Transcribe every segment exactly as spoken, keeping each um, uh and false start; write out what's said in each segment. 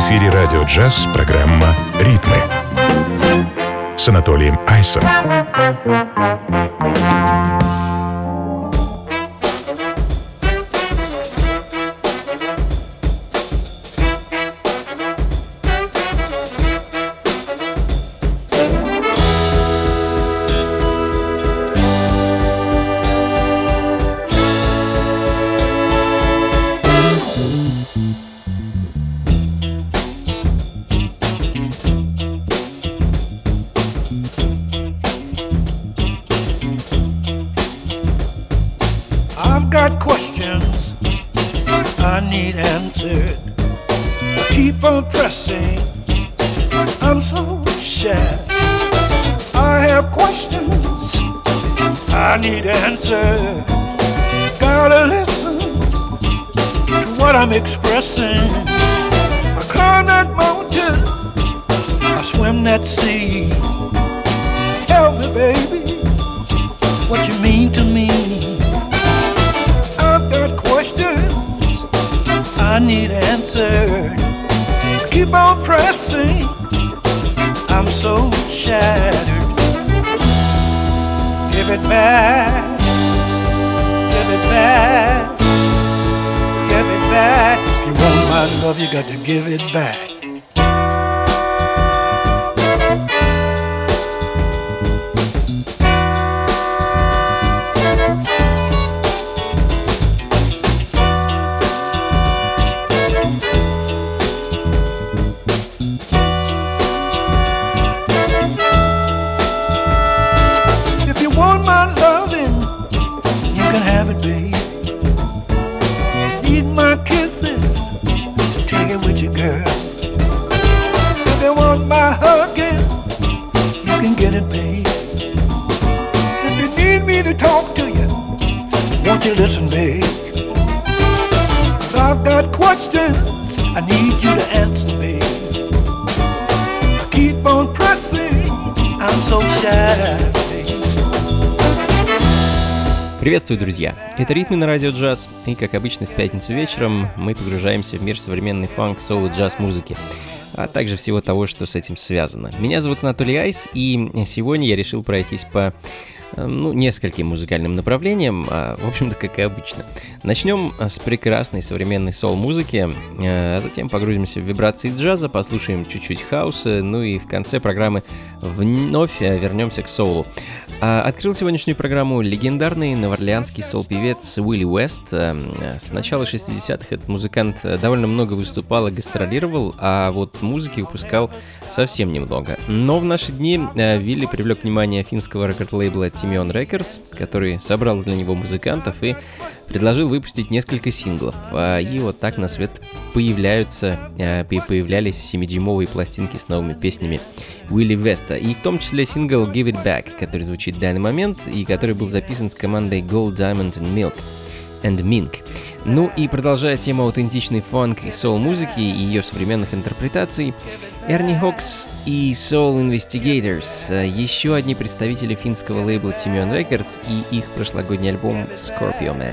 эфире радио «Джаз» программа «Ритмы» с Анатолием Айсом. Expressing, I climb that mountain, I swim that sea. Tell me, baby, what you mean to me. I've got questions I need answered. Keep on pressing, I'm so shattered. Give it back, give it back. Give it back. If you want my love, you got to give it back. If you want my loving, you can have it, babe. My kisses, take it with you, girl. If you want my hugging, you can get it, babe. If you need me to talk to you, won't you listen, babe? 'Cause I've got questions I need you to answer, babe. I keep on pressing, I'm so shy. Приветствую, друзья! Это «Ритмы» на радио «Джаз», и, как обычно, в пятницу вечером мы погружаемся в мир современной фанк, соул и джаз-музыки, а также всего того, что с этим связано. Меня зовут Анатолий Айс, и сегодня я решил пройтись по ну, нескольким музыкальным направлениям, а, в общем-то, как и обычно. Начнем с прекрасной современной соул-музыки, а затем погрузимся в вибрации джаза, послушаем чуть-чуть хауса, ну и в конце программы вновь вернемся к соулу. А, открыл сегодняшнюю программу легендарный новоорлеанский соул-певец Уилли Уэст. С начала шестидесятых этот музыкант довольно много выступал и гастролировал, а вот музыки выпускал совсем немного. Но в наши дни Вилли привлек внимание финского рекорд-лейбла Timion Records, который собрал для него музыкантов и предложил выпустить несколько синглов. И вот так на свет появляются, появлялись семидюймовые пластинки с новыми песнями Уилли Веста. И в том числе сингл Give It Back, который звучит в данный момент и который был записан с командой Gold Diamond and Milk and Mink. Ну и продолжая тему аутентичной фанк и соул-музыки и ее современных интерпретаций, Эрни Хокс и Soul Investigators, еще одни представители финского лейбла Timion Records и их прошлогодний альбом Scorpio Man.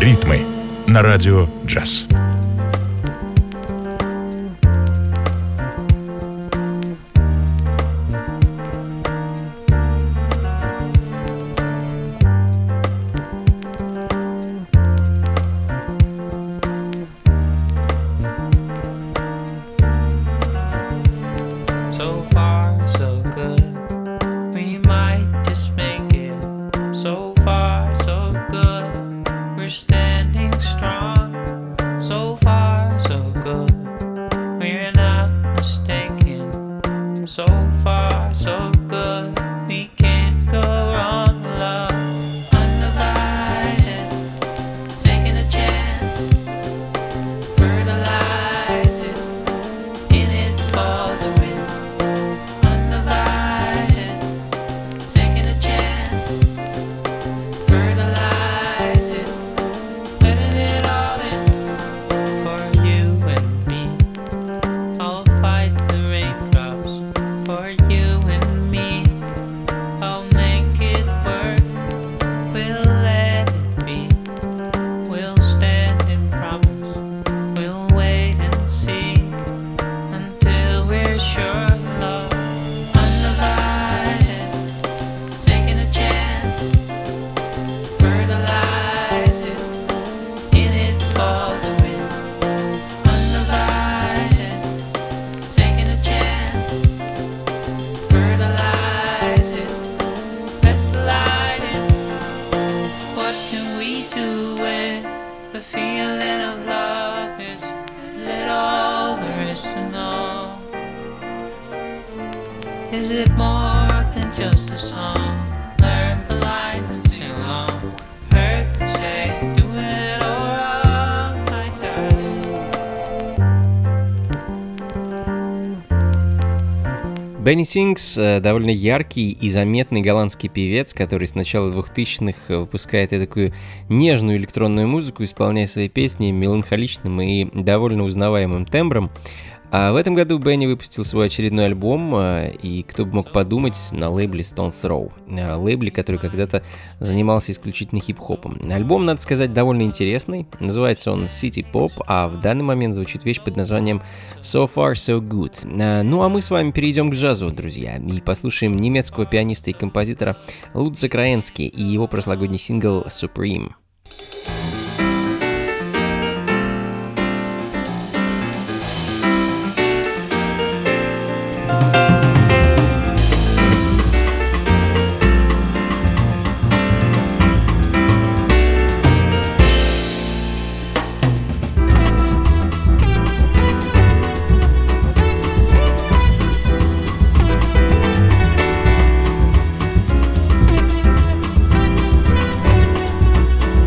Ритмы на радио «Джаз». Is it more than just a song? Learn polite and sing along. Heard you say, do it all wrong, my darling. Бенни Сингс — довольно яркий и заметный голландский певец, который с начала двухтысячных выпускает и такую нежную электронную музыку, исполняя свои песни меланхоличным и довольно узнаваемым тембром. А в этом году Бенни выпустил свой очередной альбом, и кто бы мог подумать, на лейбле Stone Throw, лейбле, который когда-то занимался исключительно хип-хопом. Альбом, надо сказать, довольно интересный, называется он City Pop, а в данный момент звучит вещь под названием So Far So Good. Ну а мы с вами перейдем к джазу, друзья, и послушаем немецкого пианиста и композитора Лудза Краенски и его прошлогодний сингл Supreme. Thank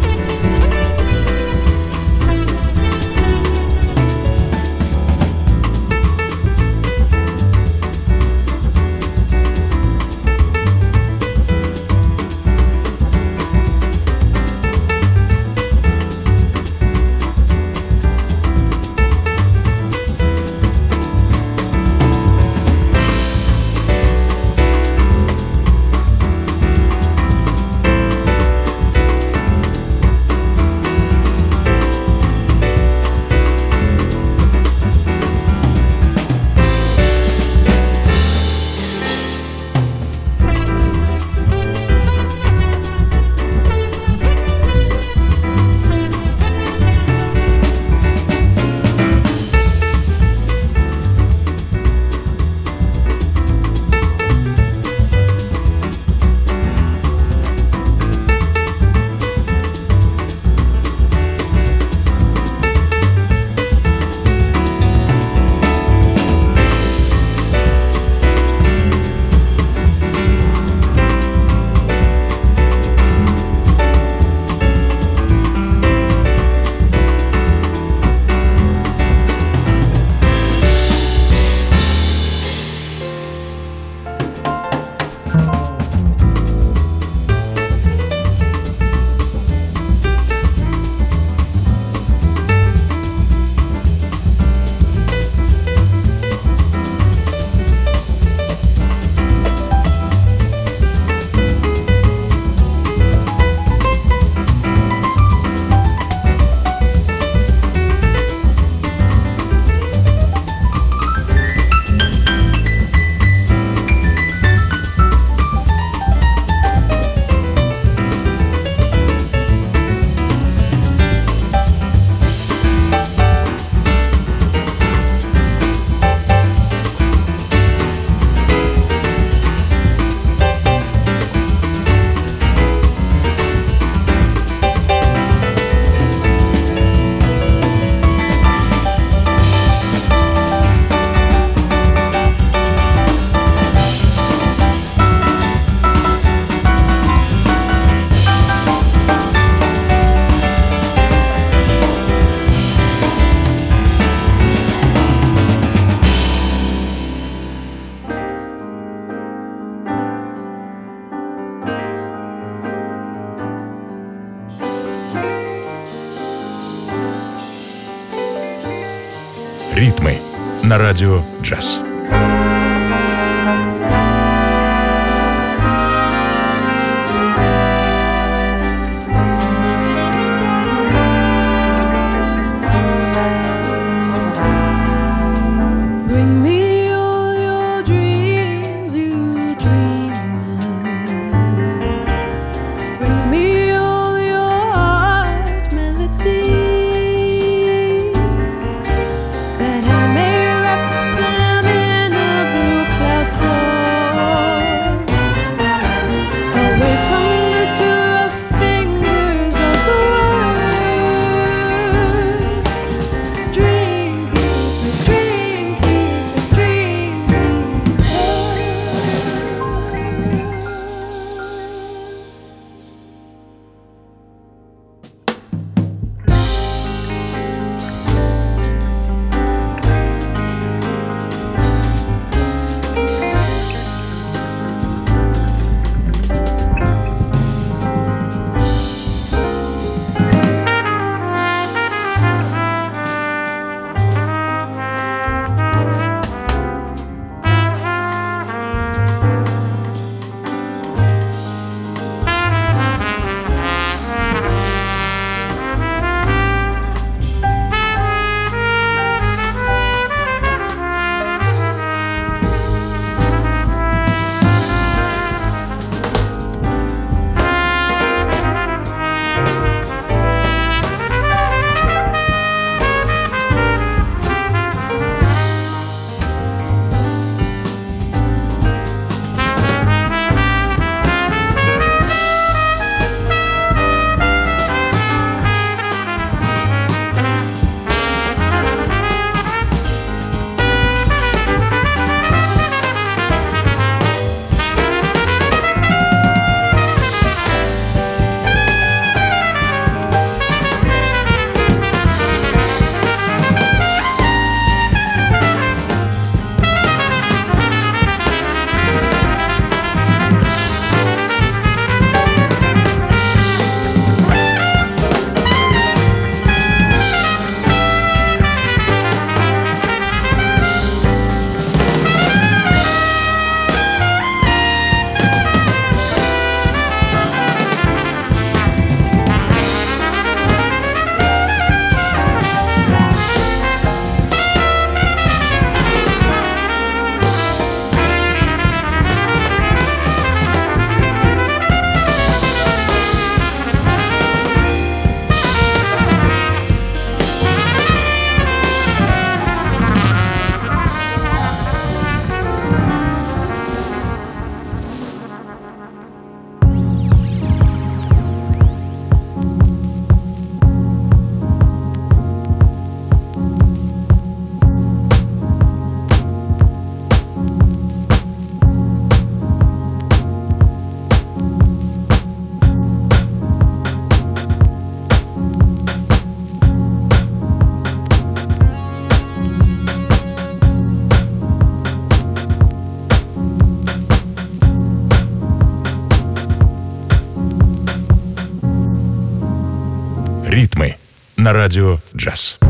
на радио «Джаз». Ритмы на радио «Джаз».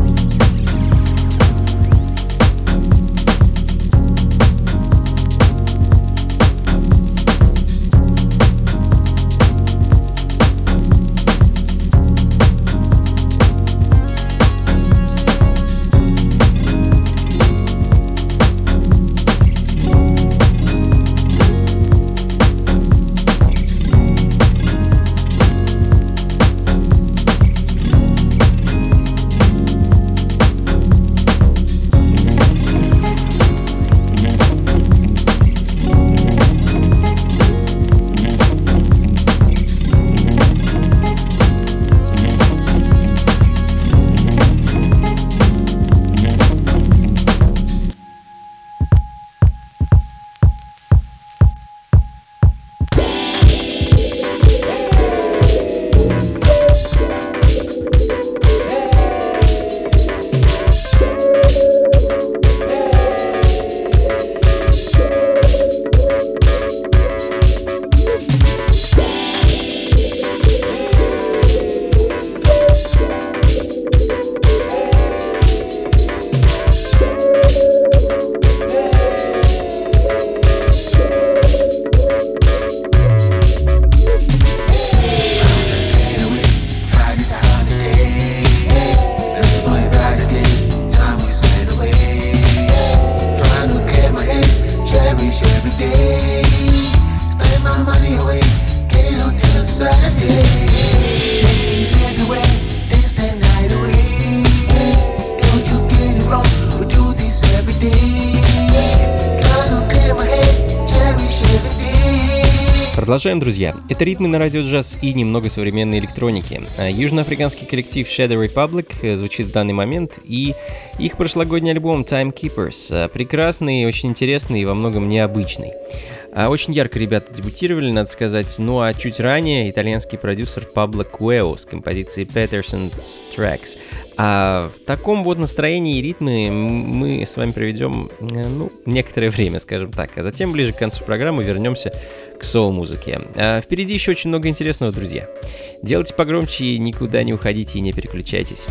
cherish every day. Spend my money away, get it until Saturday. Ladies everywhere, dance the night away. Don't you get it wrong, we do this every day. Try to clear my head, cherish every day. Продолжаем, друзья. Это ритмы на радио джаз и немного современной электроники. Южноафриканский коллектив Shadow Republic звучит в данный момент, и их прошлогодний альбом Timekeepers прекрасный, очень интересный и во многом необычный. Очень ярко ребята дебютировали, надо сказать. Ну а чуть ранее итальянский продюсер Пабло Куэо с композицией Patterson's Tracks. А в таком вот настроении и ритме мы с вами проведем, ну, некоторое время, скажем так. А затем, ближе к концу программы, вернемся к соул-музыке. А впереди еще очень много интересного, друзья. Делайте погромче и никуда не уходите и не переключайтесь.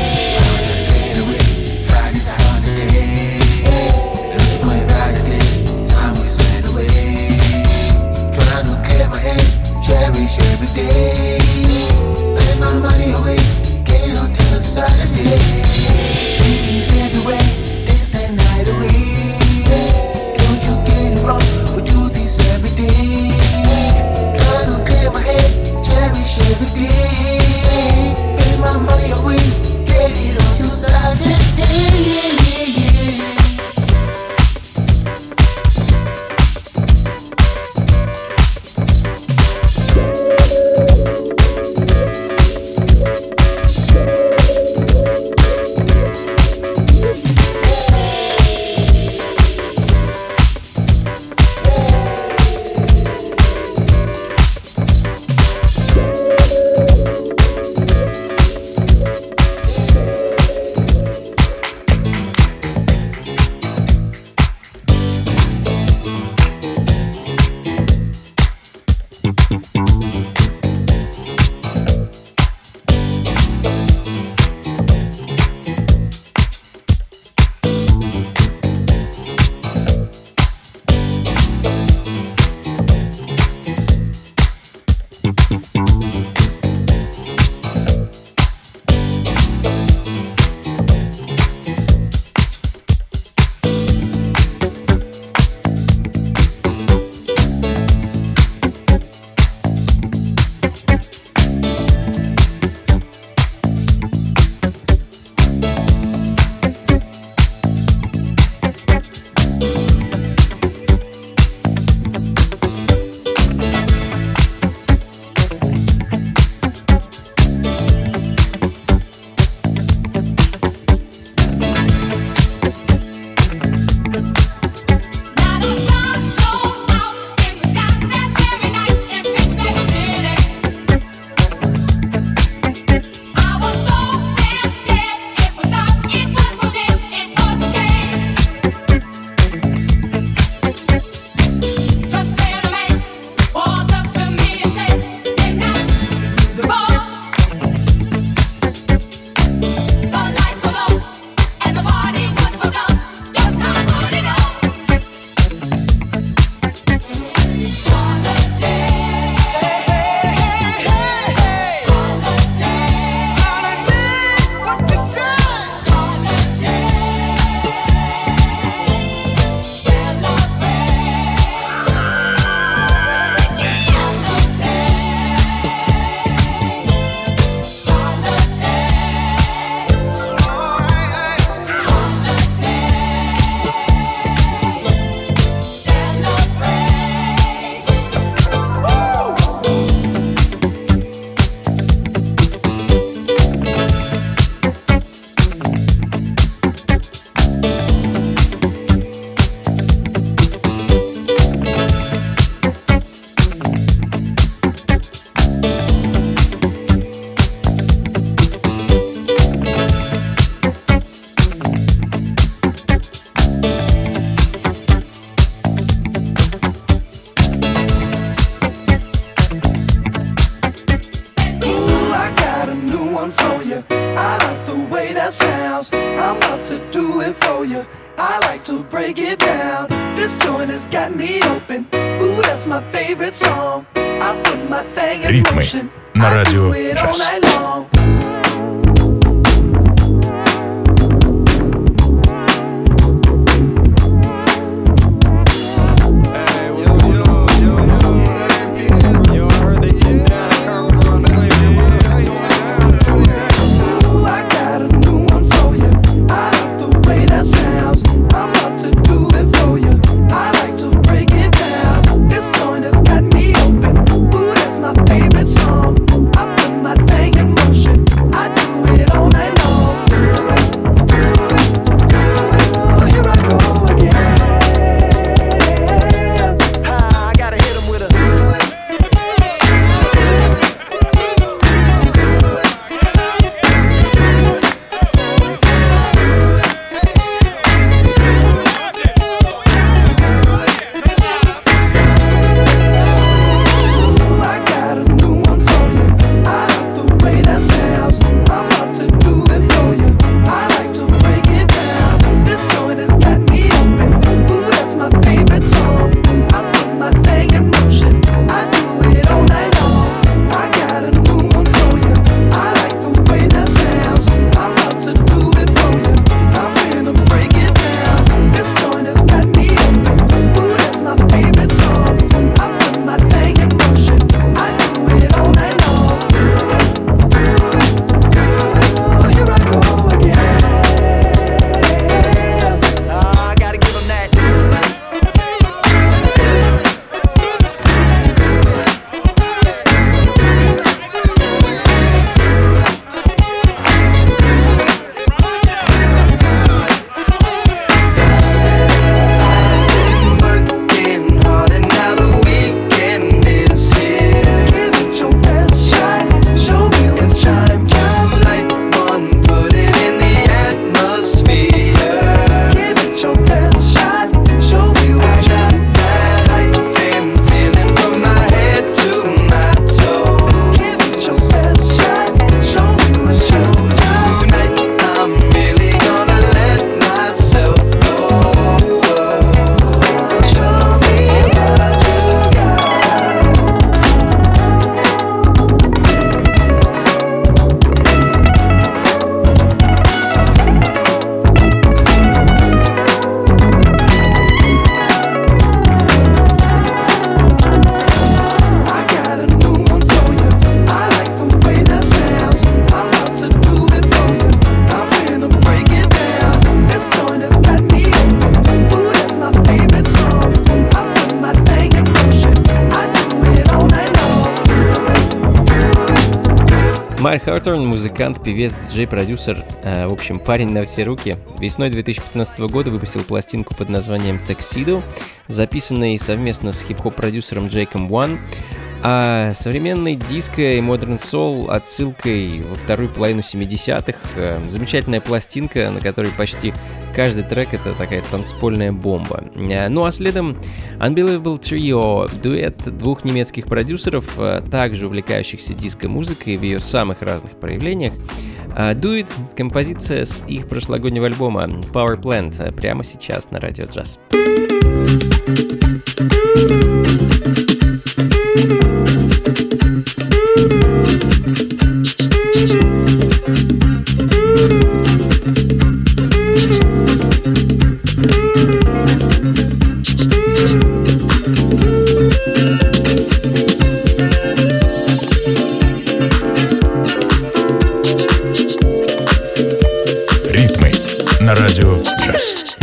Cherish every day. Spend my money away, get it until Saturday. Ladies everywhere, dance the night away. Don't you get it wrong, we do this every day. Try to clear my head, cherish every day. Spend my money away, get it until Saturday. Ритмы на радио джаз. Марк Хоторн, музыкант, певец, диджей-продюсер, э, в общем, парень на все руки. Весной две тысячи пятнадцатого года выпустил пластинку под названием Tuxedo, записанной совместно с хип-хоп-продюсером Джейком Уан. А современный диско и модерн соул отсылкой во вторую половину семидесятых. Замечательная пластинка, на которой почти каждый трек — это такая танцпольная бомба. Ну а следом Unbelievable Trio, дуэт двух немецких продюсеров, также увлекающихся диско-музыкой в ее самых разных проявлениях. Дует — композиция с их прошлогоднего альбома Power Plant, прямо сейчас на Радио Джаз. Ритмы на Радио Джаз.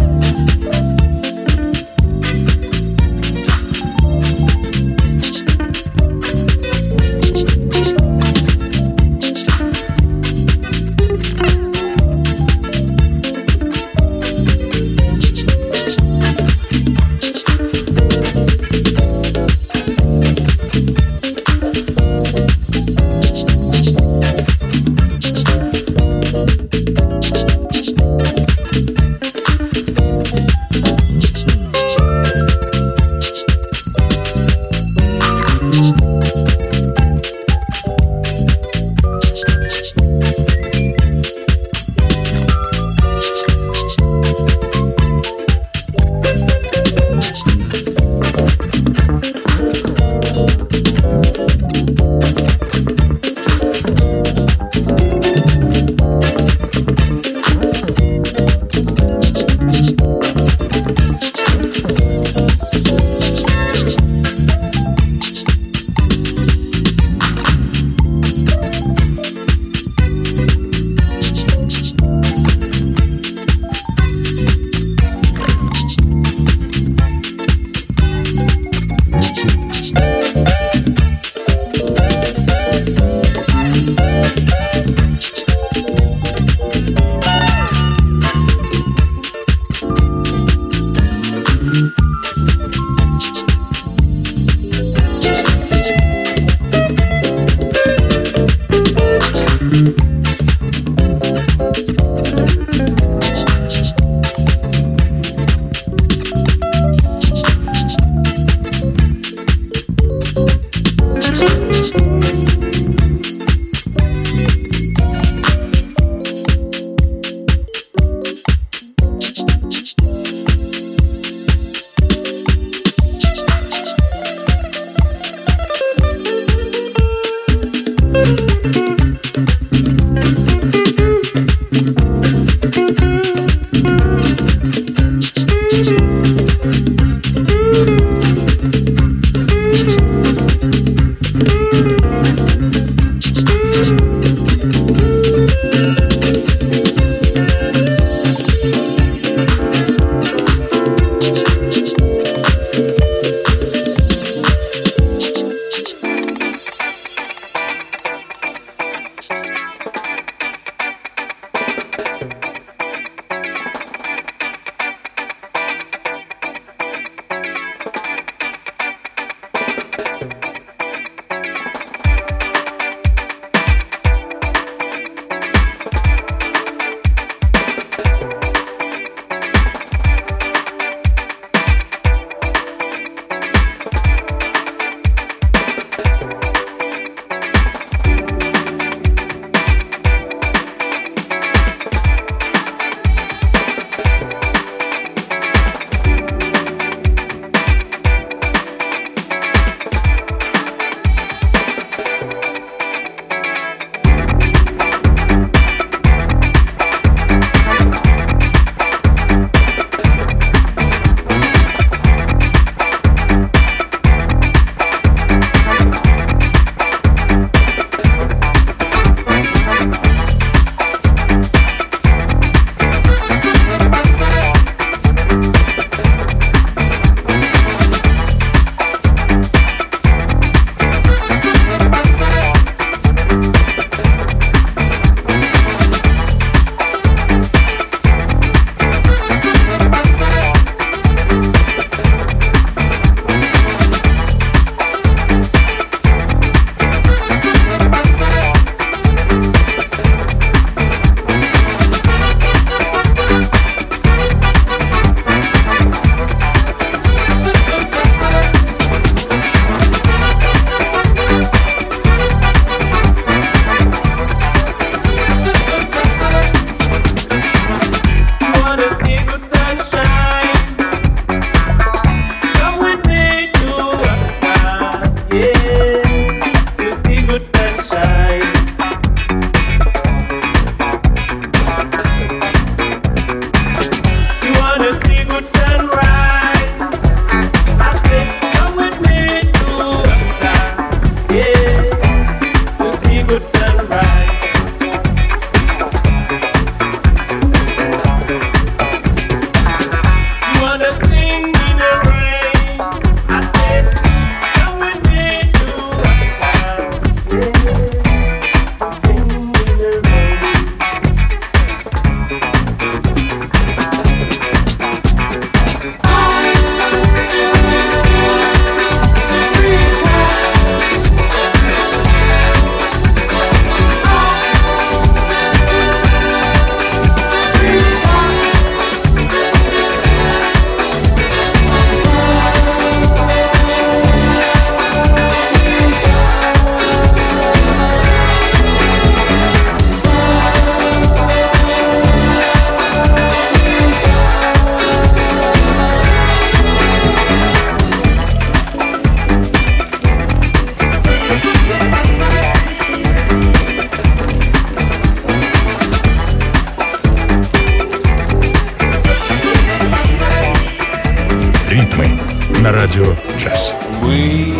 на радио джаз. We,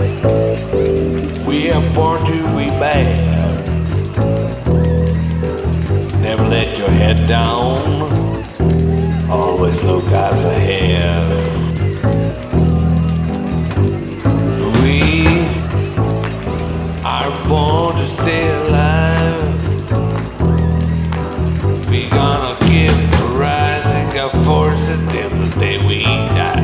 we are born to be bad. Never let your head down. Always look out ahead. We are born to stay alive. We gonna keep rising our forces till the day we die.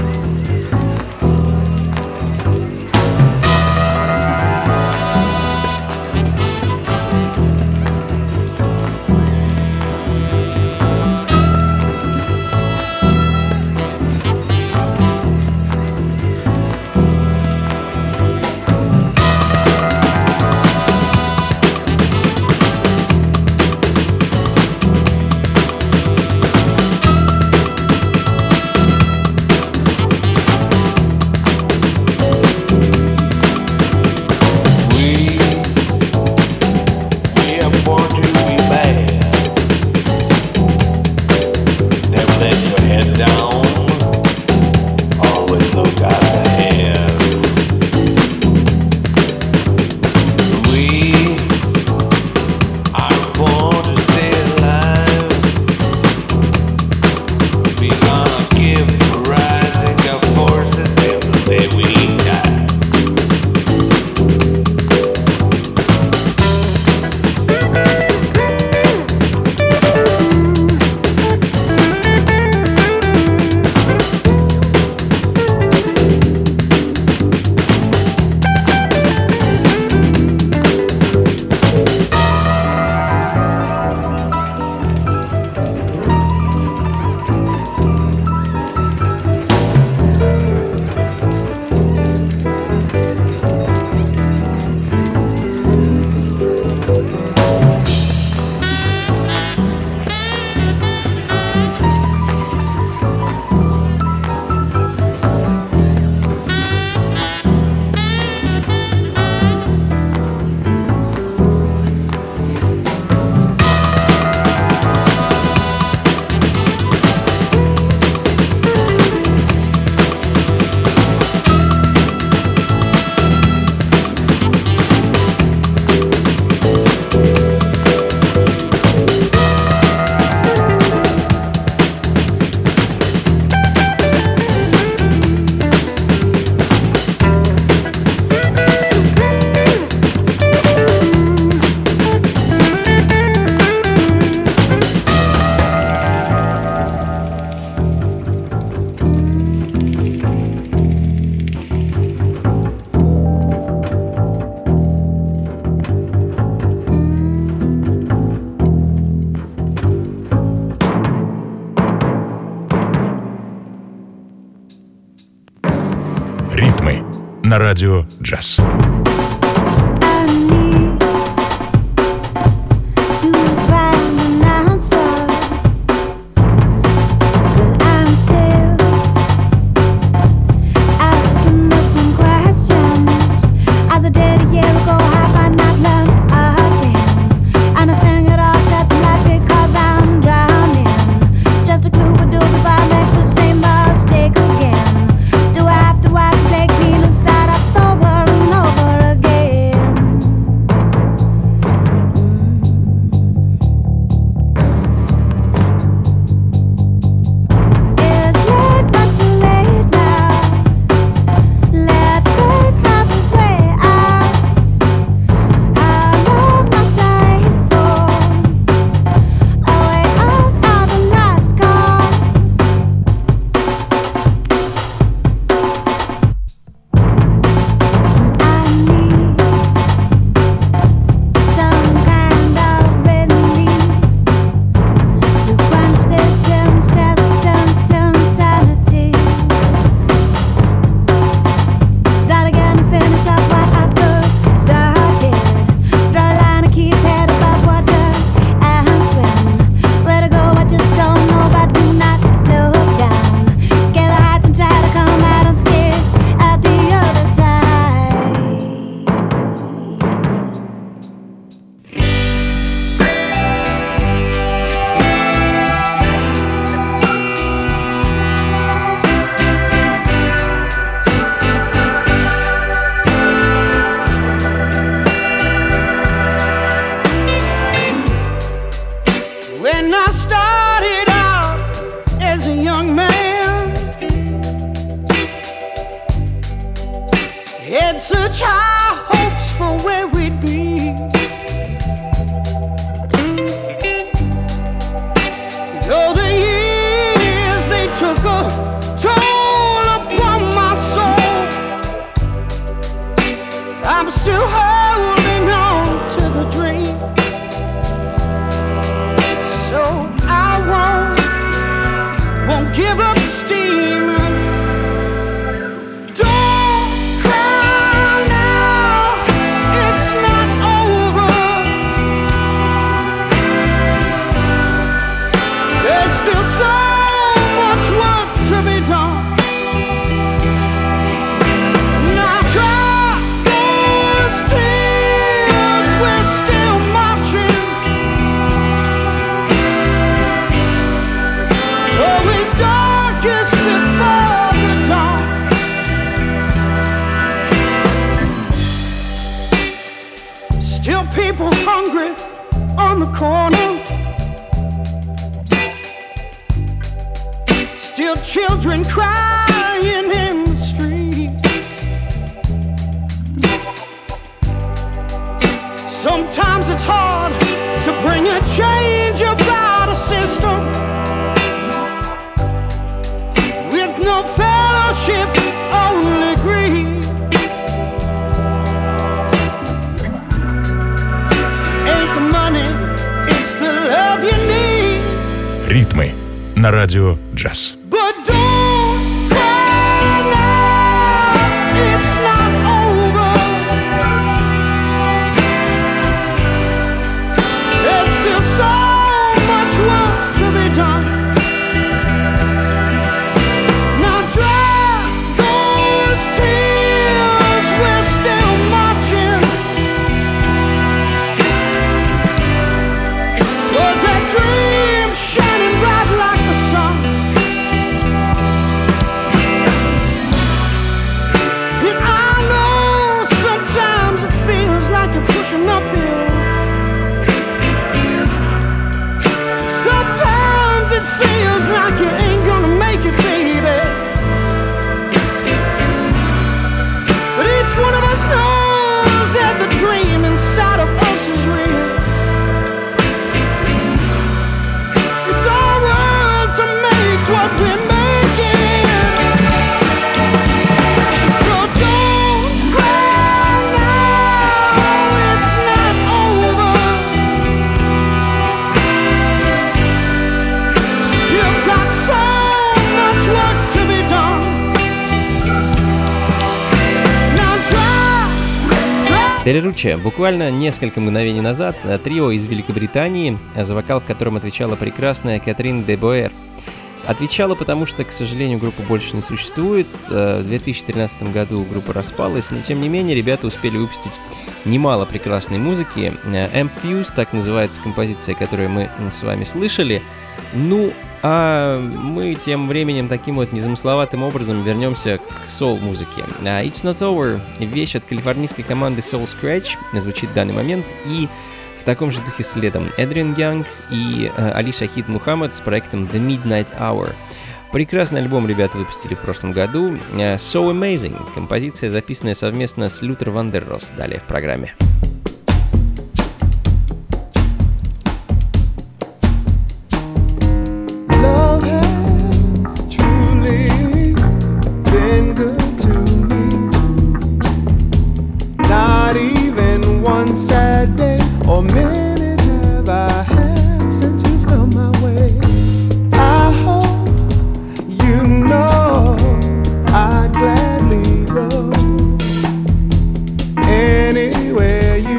На радио джаз. Do I have to wipe his leg clean and start up over and over again? Had such high hopes for where we'd be. Though the years they took a toll upon my soul, I'm still holding on to the dream. So I won't, won't give up steam. Don't cry now, it's not over. There's still so much work to be done. Now dry those tears, we're still marching. It's always darkest before the dawn. Still people hungry on the corner. Still children crying in the streets. Sometimes it's hard to bring a change about a system with no fellowship, only greed. Ain't the money, it's the love you need. Ритмы на радио «Джаз». But don't cry now, it's not over. There's still so much work to be done. Now dry those tears, we're still marching towards that dream shining bright like the sun. And I know sometimes it feels like you're pushing uphill. Sometimes it feels like you ain't gonna make it, baby. But each one of us knows that the dream inside of us is real. It's our world to make what we're making. So don't cry now, it's not over. Still got so much work to be done. Now try, try. Переруче. Буквально несколько мгновений назад трио из Великобритании, за вокал в котором отвечала прекрасная Катрин де Боэр. Отвечала, потому что, к сожалению, группа больше не существует. В две тысячи тринадцатом году группа распалась, но тем не менее ребята успели выпустить немало прекрасной музыки. Amp Fuse, так называется композиция, которую мы с вами слышали. Ну, а мы тем временем таким вот незамысловатым образом вернемся к соул-музыке. It's Not Over, вещь от калифорнийской команды Soul Scratch, звучит в данный момент, и в таком же духе следом Эдриан Янг и э, Али Шахид Мухаммад с проектом The Midnight Hour. Прекрасный альбом ребята выпустили в прошлом году. э, So Amazing, композиция, записанная совместно с Лютер Вандеррос, далее в программе. Love has truly been good to me. Not even one sad day or minute have I had since you've come my way. I hope you know I'd gladly go anywhere you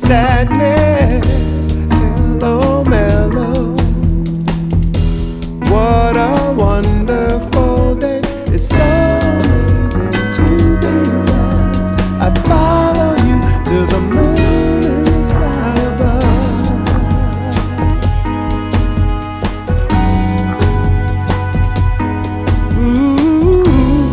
sadness. Hello, mellow. What a wonderful day. It's so amazing to be loved. I follow you to the moon and sky above. Ooh,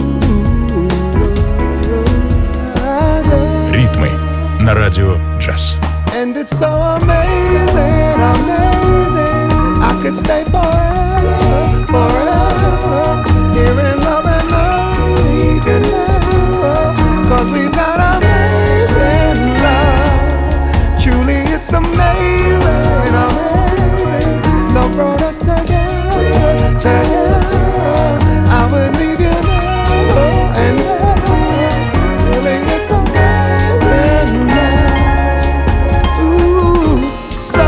I go. Ритмы на радио джаз. And it's so amazing, amazing. I could stay forever, forever. Here in love and love, even never. Cause we've got amazing love. Truly it's amazing, amazing. Love brought us together, together. I would leave you never and never. Really it's amazing love. Ooh, so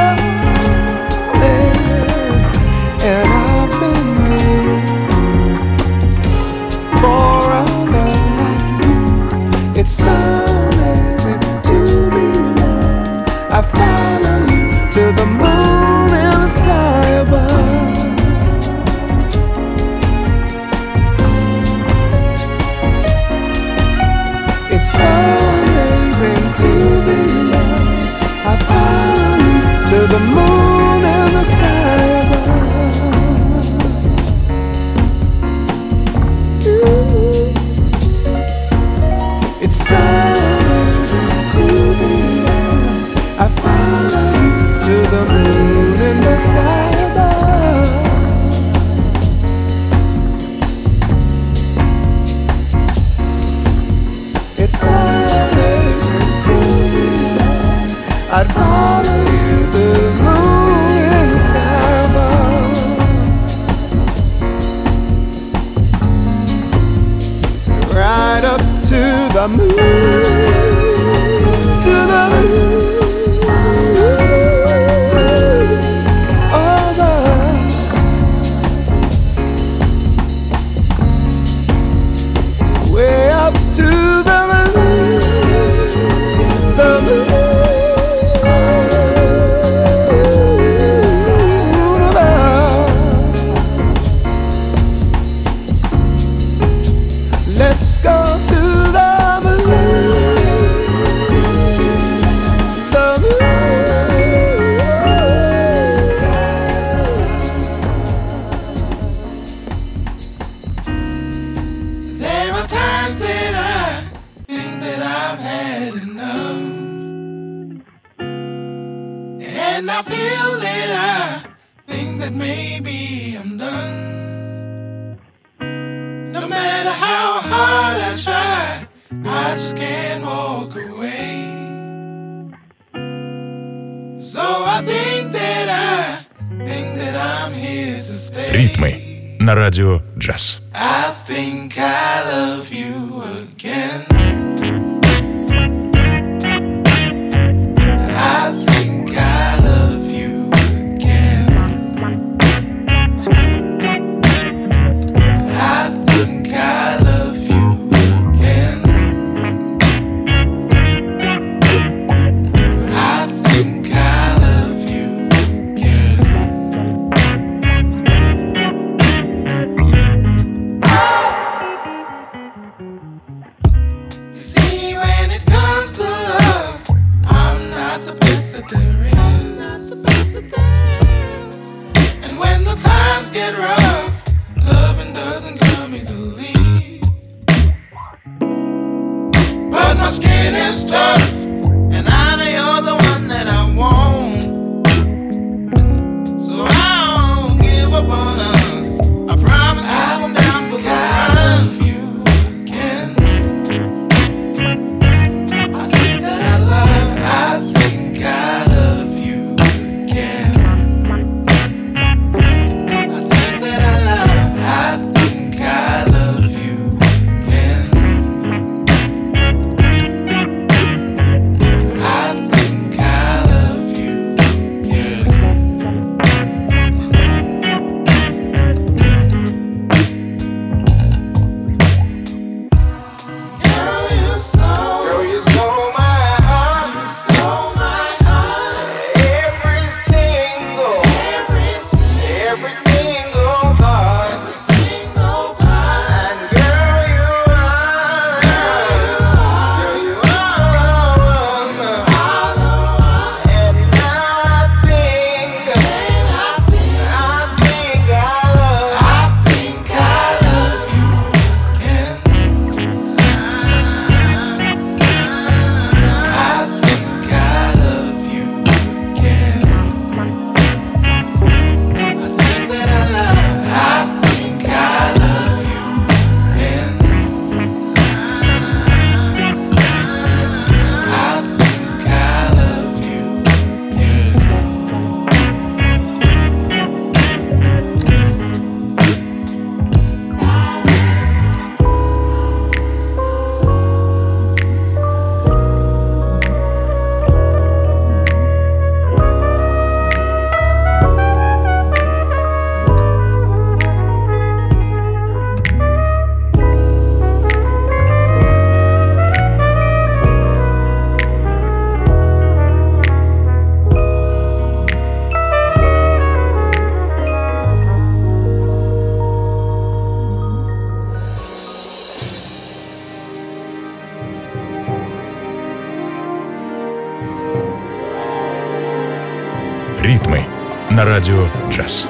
amazing. And I've been waiting for a love like you. It's so amazing to be loved. I follow you to the moon and the sky above. It's so amazing to be loved. I follow you to the moon and the sky above. Ooh. It's so amazing to be loved. I follow you to the moon and the sky above. It's so amazing to be loved. I'd follow you to the moon and the sky above. Right up to the moon, to the moon. Way up to the moon, the moon above. Let's go to the moon, the moon. There are times that I think that I've had enough, and I feel that I think that maybe I'm done. No matter how hard I try, I just can't walk away. So I think that I think that I'm here to stay. Ритмы на радио джаз. I think I love you again. I think I love you again. I think I love you again. I think I love you again. You see, when it comes to love, I'm not the best that there is. Not the best that there is. And when the times get rough, loving doesn't come easily. But my skin is tough, and I know you're the one that I want. So I won't give up on us. I promise you I'm down for the run for you again. I think that I love, I think I love you again. I think that I love, I think I love you again. Ритмы на радио джаз.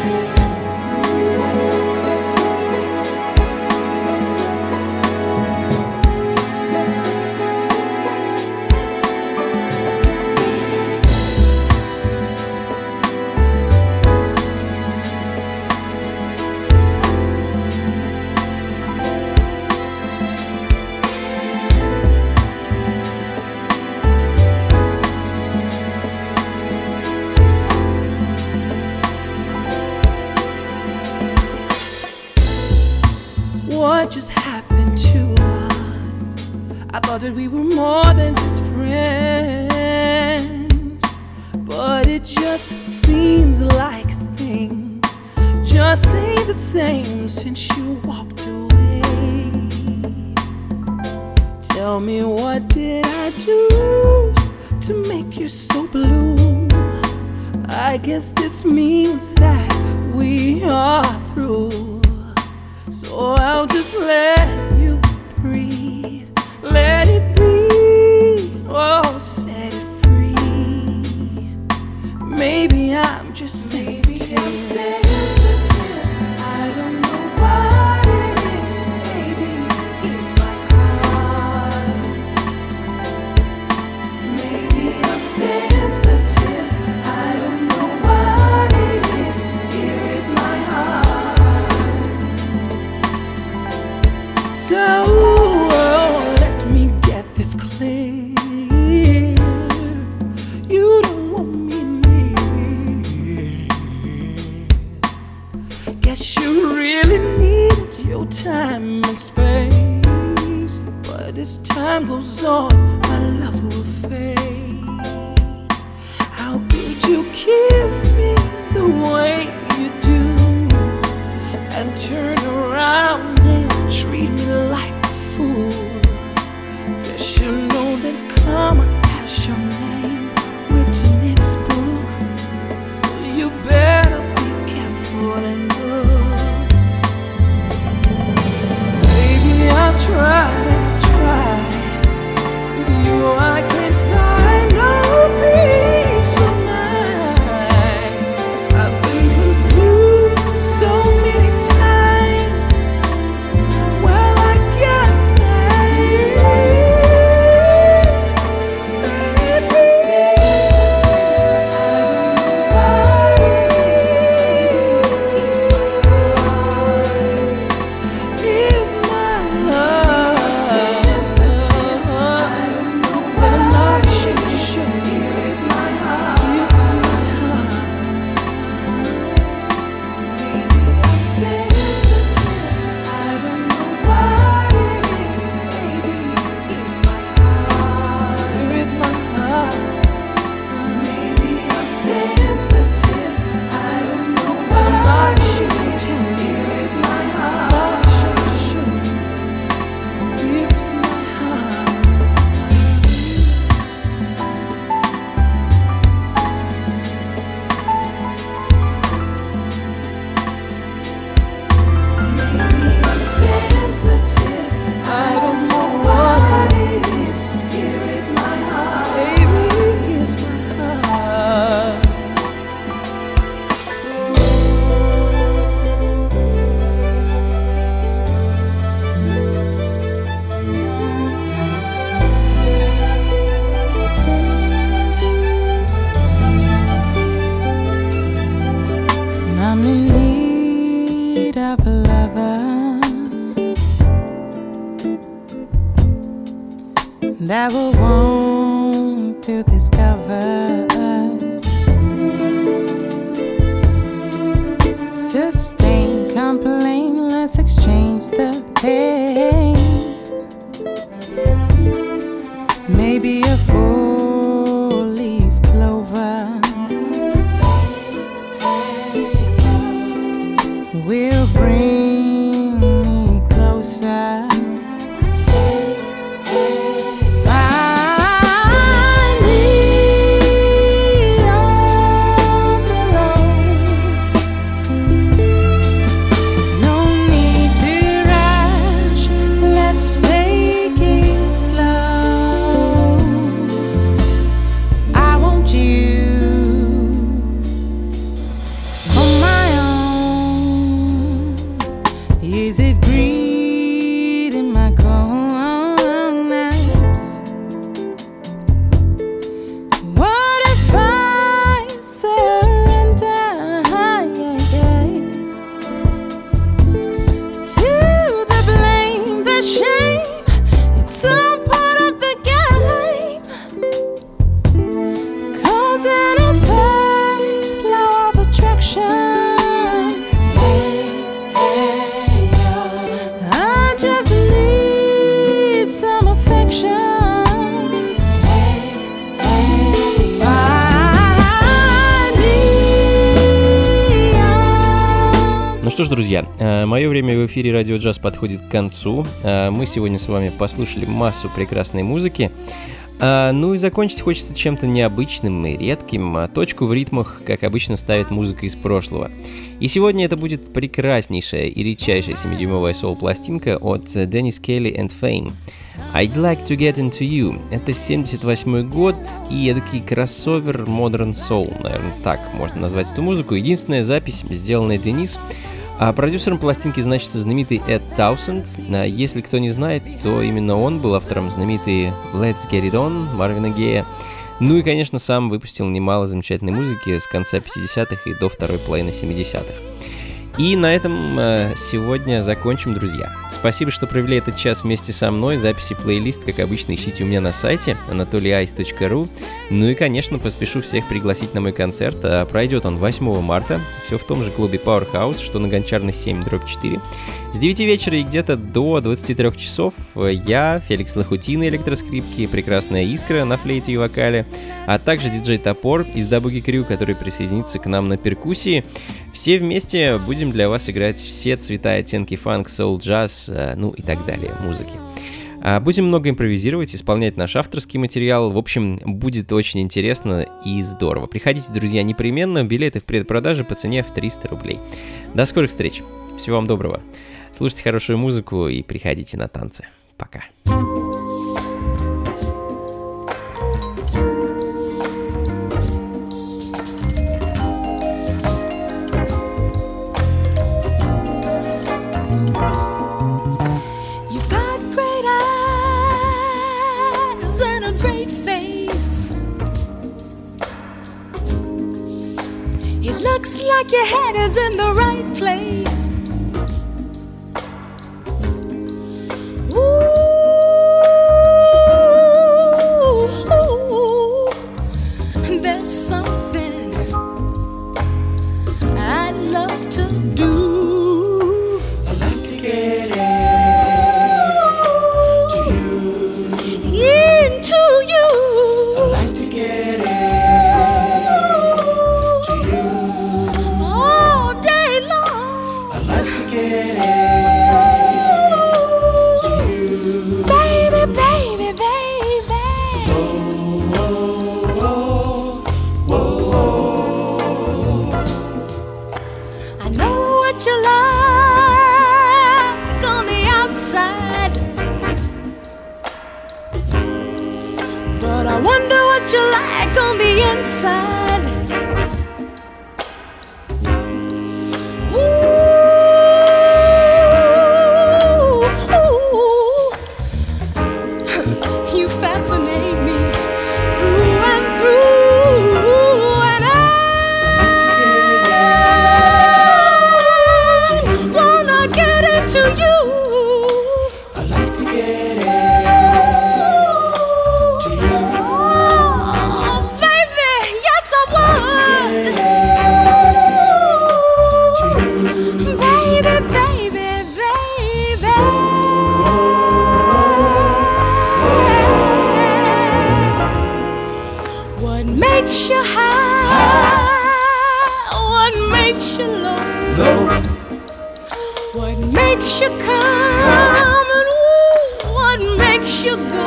What just happened to us? I thought that we were more than just friends, but it just seems like things just ain't the same since you walked away. Tell me, what did I do to make you so blue? I guess this means that we are through. So I'll just let you breathe, let it be, oh, set it free. Maybe I'm just sensitive. Maybe I'm sensitive. I don't know what it is. Baby, here's my heart. Maybe I'm sensitive. I don't know what it is. Here is my heart. So oh, let me get this clear. You don't want me near. Guess you really needed your time and space, but as time goes on, my love will fade. How could you kiss me the way you do and turn around and treat me like a fool? Guess you know that karma has your name written in his book, so you better be careful and look. Baby, I've tried and I've tried. With you I can't find no peace of mind. I've been confused so many times. Well, I guess I maybe here's my heart. I don't know why. But I'm not ashamed to show you. Here is my heart. Here's my heart. Maybe I'm sensitive. I don't know what it is. Baby, here's my heart. Here is my heart. Maybe I'm sensitive. I don't know why. But I'm not ashamed to tell you. Here is my heart. Not ashamed to show you. Here is my heart. Maybe I'm sensitive. I don't know what it is. Here is my heart. Baby, here's my heart. I'm in need of a lover that will want to discover. Sustain, complain, let's exchange the pain. Maybe a four-leaf clover will bring me closer. Find me что ж, друзья, мое время в эфире Радио Джаз подходит к концу. Мы сегодня с вами послушали массу прекрасной музыки. Ну и закончить хочется чем-то необычным и редким. Точку в ритмах, как обычно, ставит музыка из прошлого. И сегодня это будет прекраснейшая и редчайшая семидюймовая соул-пластинка от Dennis Kelly and Fame. I'd Like to Get Into You. Это семьдесят восьмой год и эдакий кроссовер Modern Soul, наверное, так можно назвать эту музыку. Единственная запись, сделанная Денис. А продюсером пластинки значится знаменитый Эд Таусенд. Если кто не знает, то именно он был автором знаменитой Let's Get It On Марвина Гея. Ну и, конечно, сам выпустил немало замечательной музыки с конца пятидесятых и до второй половины семидесятых. И на этом э, сегодня закончим, друзья. Спасибо, что провели этот час вместе со мной. Записи плейлист, как обычно, ищите у меня на сайте анатолий айс точка ру. Ну и, конечно, поспешу всех пригласить на мой концерт. А пройдет он восьмого марта. Все в том же клубе Powerhouse, что на Гончарной семь дробь четыре. С девяти вечера и где-то до двадцати трёх часов я, Феликс Лохути на электроскрипке, прекрасная Искра на флейте и вокале, а также диджей Топор из Дабуги Крю, который присоединится к нам на перкуссии. Все вместе будем для вас играть все цвета и оттенки фанк, соул, джаз, ну и так далее, музыки. Будем много импровизировать, исполнять наш авторский материал. В общем, будет очень интересно и здорово. Приходите, друзья, непременно. Билеты в предпродаже по цене в триста рублей. До скорых встреч. Всего вам доброго. Слушайте хорошую музыку и приходите на танцы. Пока. You've got great eyes and a great face. It looks like your head is in the right place. There's something I'd love to do. I'd like to get into you. Into you. I'd like to get into you. All day long. I'd like to get into you. Baby, baby, baby. I know what you like on the outside, but I wonder what you like on the inside. Ooh, you fascinate me through and through, and I wanna get into you. I'd like to get into you. Oh, baby, yes I would. Baby, baby, baby. What makes you high? What makes you low? What makes you come and ooh, what makes you go?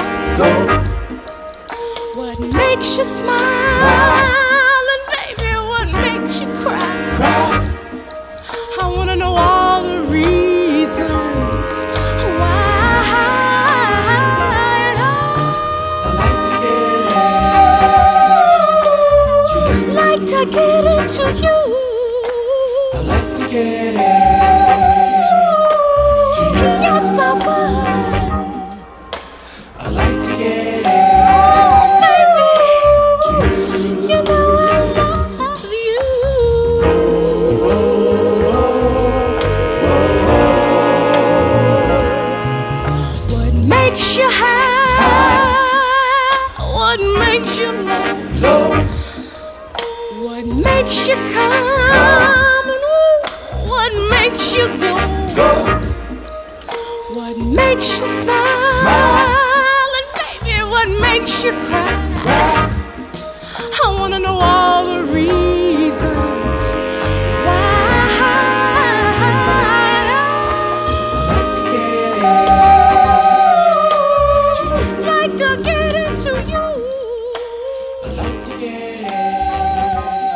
What makes you smile and baby, what makes you cry? I wanna know all the reasons why. Like to get into you. I'd like to get Yes, I would. I'd like to get Baby, you know I love you. What makes you high? What makes you low? What makes you come and ooh, what makes you go? What makes you smile? And baby, what makes you cry? I wanna know all the reasons why. get into you. I like to get